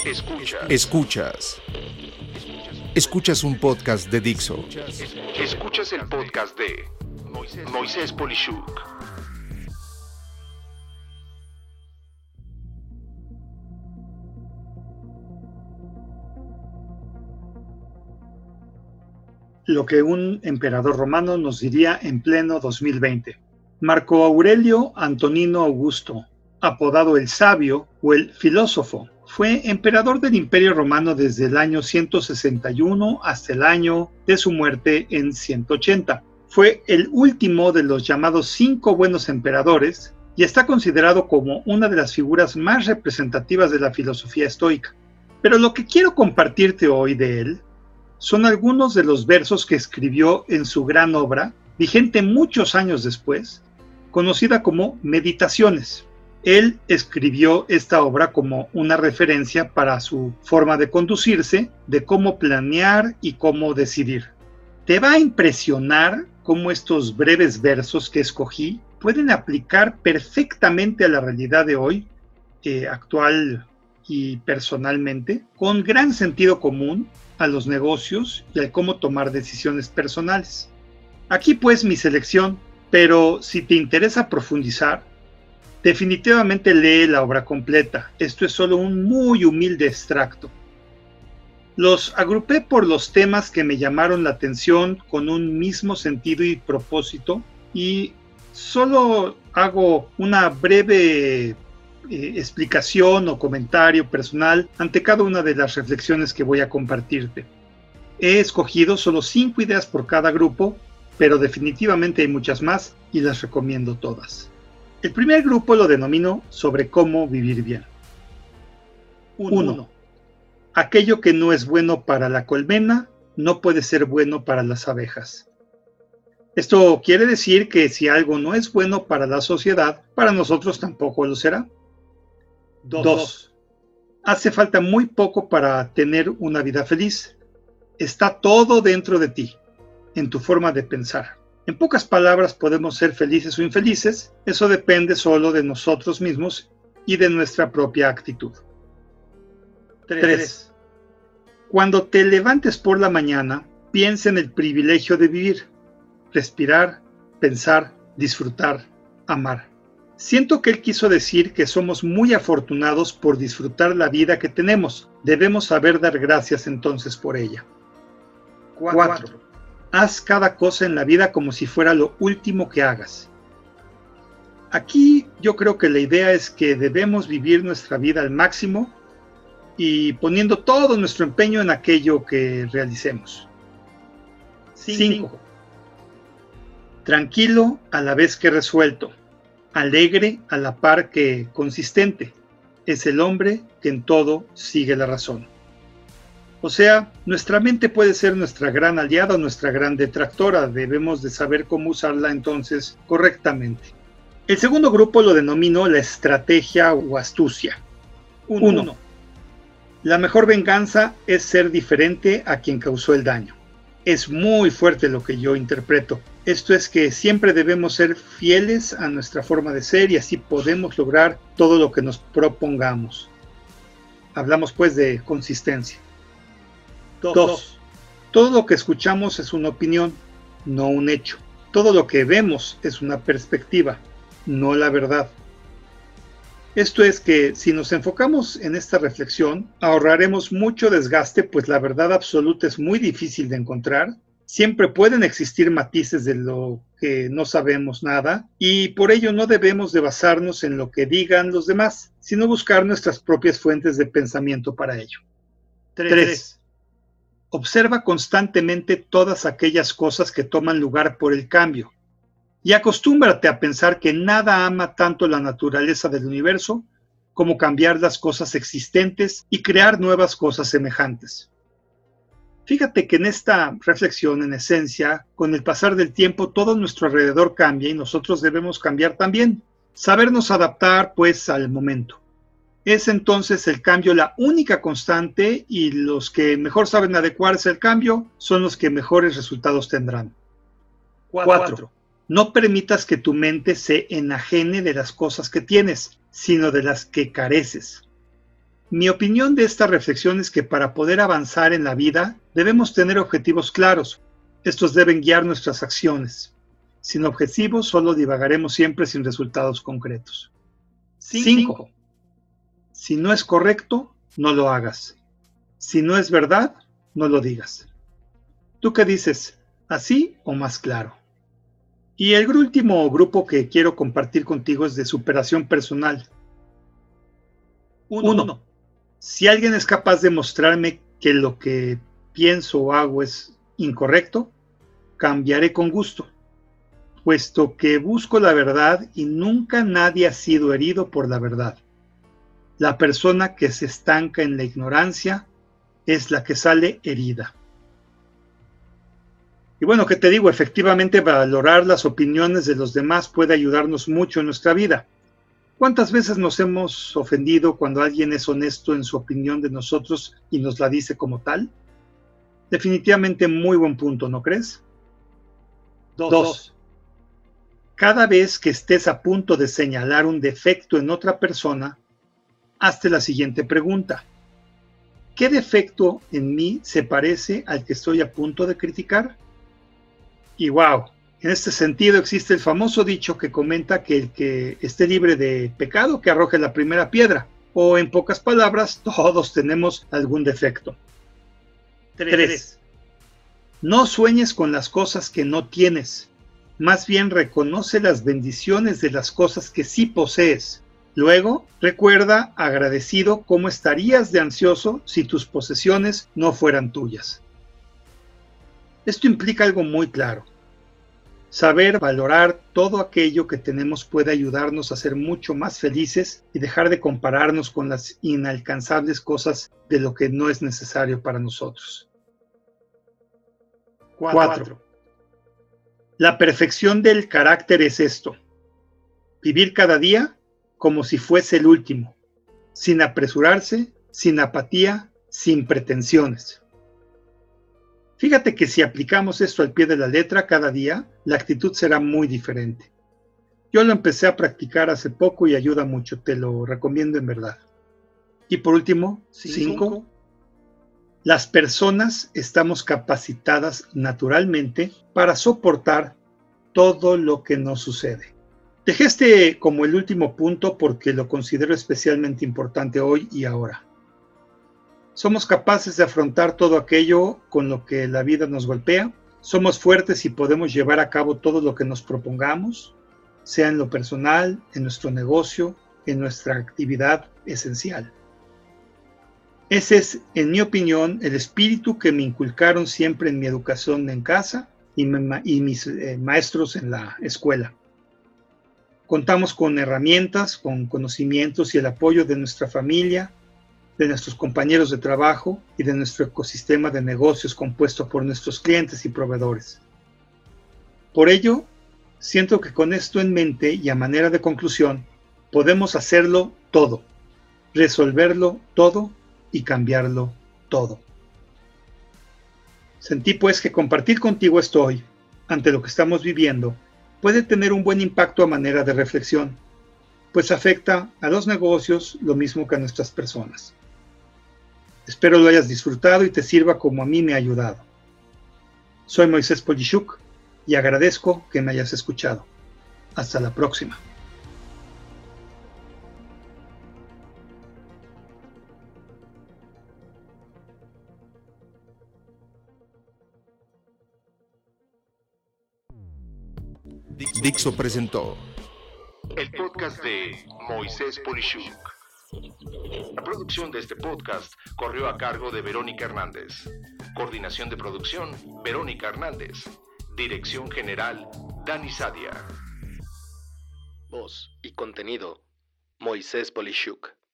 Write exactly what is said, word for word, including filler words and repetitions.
Escuchas. Escuchas. Escuchas un podcast de Dixo. Escuchas el podcast de Moisés Polishuk. Lo que un emperador romano nos diría en pleno dos mil veinte. Marco Aurelio Antonino Augusto, apodado el Sabio o el Filósofo, fue emperador del Imperio Romano desde el año ciento sesenta y uno hasta el año de su muerte en ciento ochenta. Fue el último de los llamados cinco buenos emperadores y está considerado como una de las figuras más representativas de la filosofía estoica. Pero lo que quiero compartirte hoy de él son algunos de los versos que escribió en su gran obra, vigente muchos años después, conocida como Meditaciones. Él escribió esta obra como una referencia para su forma de conducirse, de cómo planear y cómo decidir. Te va a impresionar cómo estos breves versos que escogí pueden aplicar perfectamente a la realidad de hoy, eh, actual y personalmente, con gran sentido común a los negocios y al cómo tomar decisiones personales. Aquí pues mi selección, pero si te interesa profundizar, definitivamente lee la obra completa. Esto es solo un muy humilde extracto. Los agrupé por los temas que me llamaron la atención con un mismo sentido y propósito y solo hago una breve eh, explicación o comentario personal ante cada una de las reflexiones que voy a compartirte. He escogido solo cinco ideas por cada grupo, pero definitivamente hay muchas más y las recomiendo todas. El primer grupo lo denomino sobre cómo vivir bien. uno. Aquello que no es bueno para la colmena no puede ser bueno para las abejas. Esto quiere decir que si algo no es bueno para la sociedad, para nosotros tampoco lo será. dos. Hace falta muy poco para tener una vida feliz. Está todo dentro de ti, en tu forma de pensar. En pocas palabras, podemos ser felices o infelices, eso depende solo de nosotros mismos y de nuestra propia actitud. tres. Cuando te levantes por la mañana, piensa en el privilegio de vivir, respirar, pensar, disfrutar, amar. Siento que él quiso decir que somos muy afortunados por disfrutar la vida que tenemos. Debemos saber dar gracias entonces por ella. cuatro. Haz cada cosa en la vida como si fuera lo último que hagas. Aquí yo creo que la idea es que debemos vivir nuestra vida al máximo y poniendo todo nuestro empeño en aquello que realicemos. cinco. Tranquilo a la vez que resuelto, alegre a la par que consistente, es el hombre que en todo sigue la razón. O sea, nuestra mente puede ser nuestra gran aliada o nuestra gran detractora. Debemos de saber cómo usarla entonces correctamente. El segundo grupo lo denomino la estrategia o astucia. uno. La mejor venganza es ser diferente a quien causó el daño. Es muy fuerte lo que yo interpreto. Esto es que siempre debemos ser fieles a nuestra forma de ser y así podemos lograr todo lo que nos propongamos. Hablamos pues de consistencia. dos. Todo lo que escuchamos es una opinión, no un hecho. Todo lo que vemos es una perspectiva, no la verdad. Esto es que si nos enfocamos en esta reflexión, ahorraremos mucho desgaste, pues la verdad absoluta es muy difícil de encontrar. Siempre pueden existir matices de lo que no sabemos nada y por ello no debemos de basarnos en lo que digan los demás, sino buscar nuestras propias fuentes de pensamiento para ello. tres. Observa constantemente todas aquellas cosas que toman lugar por el cambio y acostúmbrate a pensar que nada ama tanto la naturaleza del universo como cambiar las cosas existentes y crear nuevas cosas semejantes. Fíjate que en esta reflexión, en esencia, con el pasar del tiempo todo nuestro alrededor cambia y nosotros debemos cambiar también. Sabernos adaptar pues al momento. Es entonces el cambio la única constante y los que mejor saben adecuarse al cambio son los que mejores resultados tendrán. cuatro. No permitas que tu mente se enajene de las cosas que tienes, sino de las que careces. Mi opinión de esta reflexión es que para poder avanzar en la vida debemos tener objetivos claros. Estos deben guiar nuestras acciones. Sin objetivos solo divagaremos siempre sin resultados concretos. cinco. Si no es correcto, no lo hagas. Si no es verdad, no lo digas. ¿Tú qué dices? ¿Así o más claro? Y el último grupo que quiero compartir contigo es de superación personal. Uno. Si alguien es capaz de mostrarme que lo que pienso o hago es incorrecto, cambiaré con gusto, puesto que busco la verdad y nunca nadie ha sido herido por la verdad. La persona que se estanca en la ignorancia es la que sale herida. Y bueno, ¿qué te digo? Efectivamente, valorar las opiniones de los demás puede ayudarnos mucho en nuestra vida. ¿Cuántas veces nos hemos ofendido cuando alguien es honesto en su opinión de nosotros y nos la dice como tal? Definitivamente muy buen punto, ¿no crees? Dos. Dos. Cada vez que estés a punto de señalar un defecto en otra persona, hazte la siguiente pregunta. ¿Qué defecto en mí se parece al que estoy a punto de criticar? Y wow, en este sentido existe el famoso dicho que comenta que el que esté libre de pecado que arroje la primera piedra, o en pocas palabras, todos tenemos algún defecto. Tres. No sueñes con las cosas que no tienes, más bien reconoce las bendiciones de las cosas que sí posees. Luego, recuerda agradecido cómo estarías de ansioso si tus posesiones no fueran tuyas. Esto implica algo muy claro. Saber valorar todo aquello que tenemos puede ayudarnos a ser mucho más felices y dejar de compararnos con las inalcanzables cosas de lo que no es necesario para nosotros. Cuatro. La perfección del carácter es esto: vivir cada día como si fuese el último, sin apresurarse, sin apatía, sin pretensiones. Fíjate que si aplicamos esto al pie de la letra cada día, la actitud será muy diferente. Yo lo empecé a practicar hace poco y ayuda mucho, te lo recomiendo en verdad. Y por último, cinco. Las personas estamos capacitadas naturalmente para soportar todo lo que nos sucede. Dejé este como el último punto porque lo considero especialmente importante hoy y ahora. Somos capaces de afrontar todo aquello con lo que la vida nos golpea. Somos fuertes y podemos llevar a cabo todo lo que nos propongamos, sea en lo personal, en nuestro negocio, en nuestra actividad esencial. Ese es, en mi opinión, el espíritu que me inculcaron siempre en mi educación en casa y, me, y mis eh, maestros en la escuela. Contamos con herramientas, con conocimientos y el apoyo de nuestra familia, de nuestros compañeros de trabajo y de nuestro ecosistema de negocios compuesto por nuestros clientes y proveedores. Por ello, siento que con esto en mente y a manera de conclusión, podemos hacerlo todo, resolverlo todo y cambiarlo todo. Sentí pues que compartir contigo esto hoy, ante lo que estamos viviendo, puede tener un buen impacto a manera de reflexión, pues afecta a los negocios lo mismo que a nuestras personas. Espero lo hayas disfrutado y te sirva como a mí me ha ayudado. Soy Moisés Polishuk y agradezco que me hayas escuchado. Hasta la próxima. Dixo presentó el podcast de Moisés Polishuk. La producción de este podcast corrió a cargo de Verónica Hernández. Coordinación de producción, Verónica Hernández. Dirección general, Dani Sadia. Voz y contenido, Moisés Polishuk.